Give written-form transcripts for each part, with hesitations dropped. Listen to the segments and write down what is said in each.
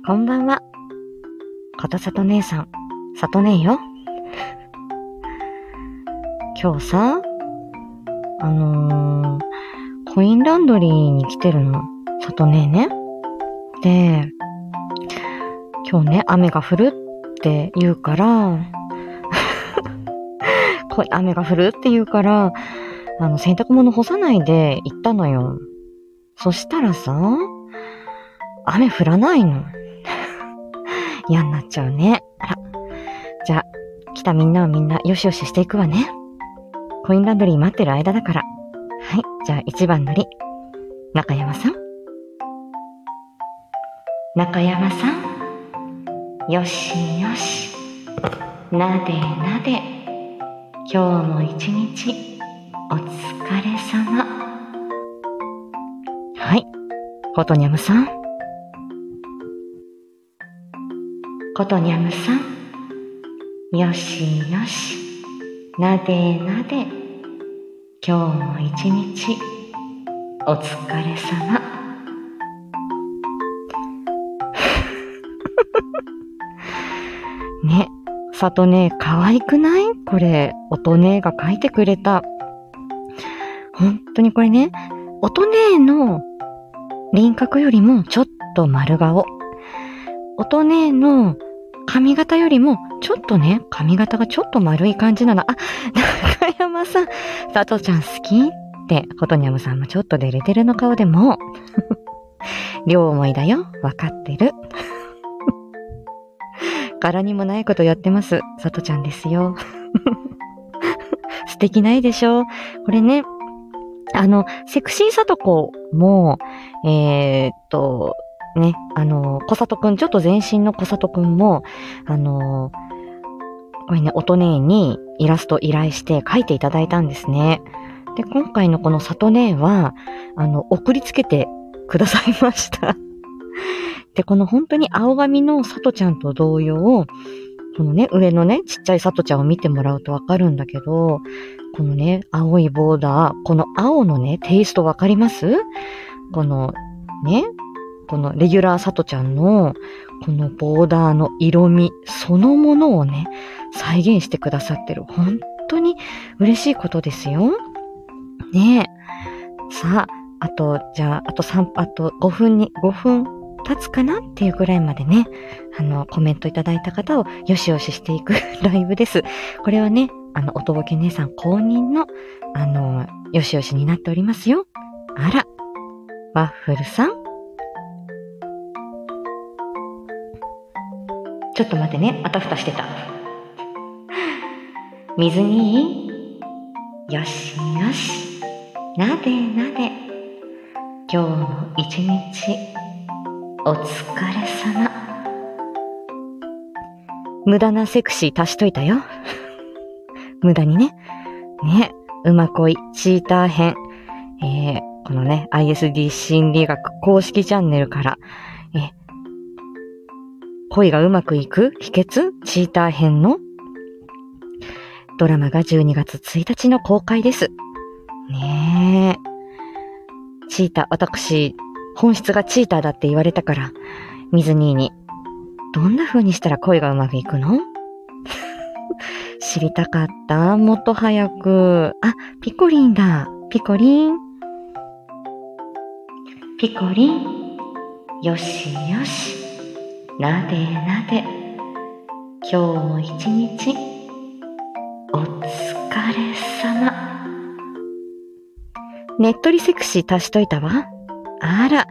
こんばんは。ことさと姉さん、さと姉よ。今日さ、コインランドリーに来てるの、さと姉ね。で、今日ね、雨が降るって言うから、雨が降るって言うから、洗濯物干さないで行ったのよ。そしたらさ、雨降らないの。嫌になっちゃうね。あら。じゃあ、来たみんなはみんなよしよししていくわね。コインランドリー待ってる間だから。はい。じゃあ1番乗り。中山さん。中山さん。よしよし。なでなで。今日も一日お疲れ様。はい。ことにゃむさん。ことにゃむさん。よしよし。なでなで。今日も一日お疲れ様。ね、さとね、可愛くない？これ、おとねが書いてくれた。本当にこれね、おとねの輪郭よりもちょっと丸顔。おとねの髪型よりもちょっとね、髪型がちょっと丸い感じなの。あ、中山さん、さとちゃん好きって、ことにゃむさんもちょっとデレデレの顔でも、両思いだよ。わかってる。柄にもないことやってます。さとちゃんですよ。素敵ないでしょ？これね、セクシーさとこも、ね、小里くん、ちょっと前身の小里くんも、これね、おとねーにイラスト依頼して描いていただいたんですね。で、今回のこのさとねーは、送りつけてくださいました。で、この本当に青髪のさとちゃんと同様、このね、上のね、ちっちゃいさとちゃんを見てもらうとわかるんだけど、このね、青いボーダー、この青のね、テイストわかります？このね、このレギュラーさとちゃんの、このボーダーの色味そのものをね、再現してくださってる。本当に嬉しいことですよ。ねえ。さあ、あと5分経つかなっていうぐらいまでね、コメントいただいた方をよしよししていくライブです。これはね、おとぼけ姉さん公認の、よしよしになっておりますよ。あら、ワッフルさん。ちょっと待ってね、あたふたしてた。水によしよし、なでなで。今日も一日お疲れ様。無駄なセクシー足しといたよ。無駄にね。ね、馬恋チーター編。このね、ISD 心理学公式チャンネルから、恋がうまくいく秘訣チーター編のドラマが12月1日の公開です。ねえ。チーター、私、本質がチーターだって言われたから、水兄に、どんな風にしたら恋がうまくいくの？知りたかった。もっと早く。あ、ピコリンだ。ピコリン。ピコリン。よしよし。なでなで。今日も一日、お疲れ様。ねっとりセクシー足しといたわ。あら。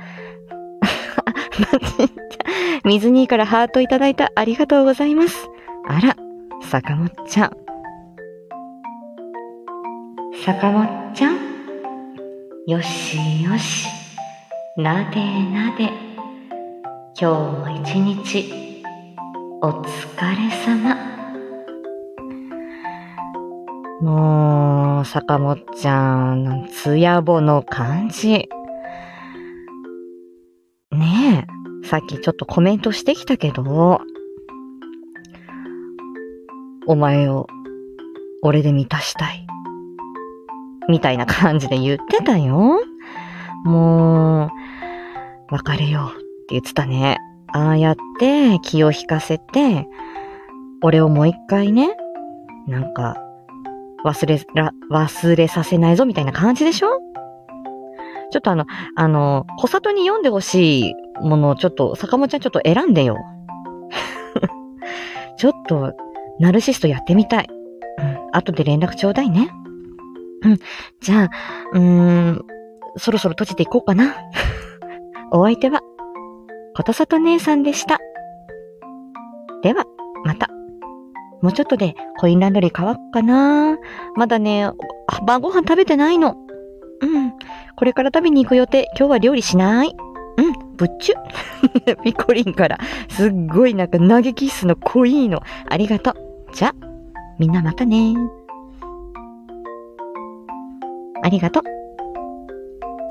水にからハートいただいた。ありがとうございます。あら、坂本ちゃん。坂本ちゃん。よしよし。なでなで。今日も一日、お疲れ様。もう、坂本ちゃん、つやぼの感じ。ねえ、さっきちょっとコメントしてきたけど、お前を俺で満たしたい。みたいな感じで言ってたよ。もう、別れようって言ってたね。 ああやって気を引かせて、俺をもう一回ね、なんか、忘れさせないぞみたいな感じでしょ？ちょっと小里に読んでほしいものをちょっと、坂本ちゃんちょっと選んでよ。ちょっと、ナルシストやってみたい。後で連絡ちょうだいね。じゃあ、そろそろ閉じていこうかな。お相手は、ことさと姉さんでした。では、また。もうちょっとでコインランドリー乾くかな。まだね、晩ご飯食べてないの。これから食べに行く予定。今日は料理しない。ぶっちゅ。ピコリンから、すっごいなんか投げキッスの濃いの。ありがとう。じゃあ、みんなまたね。ありがとう。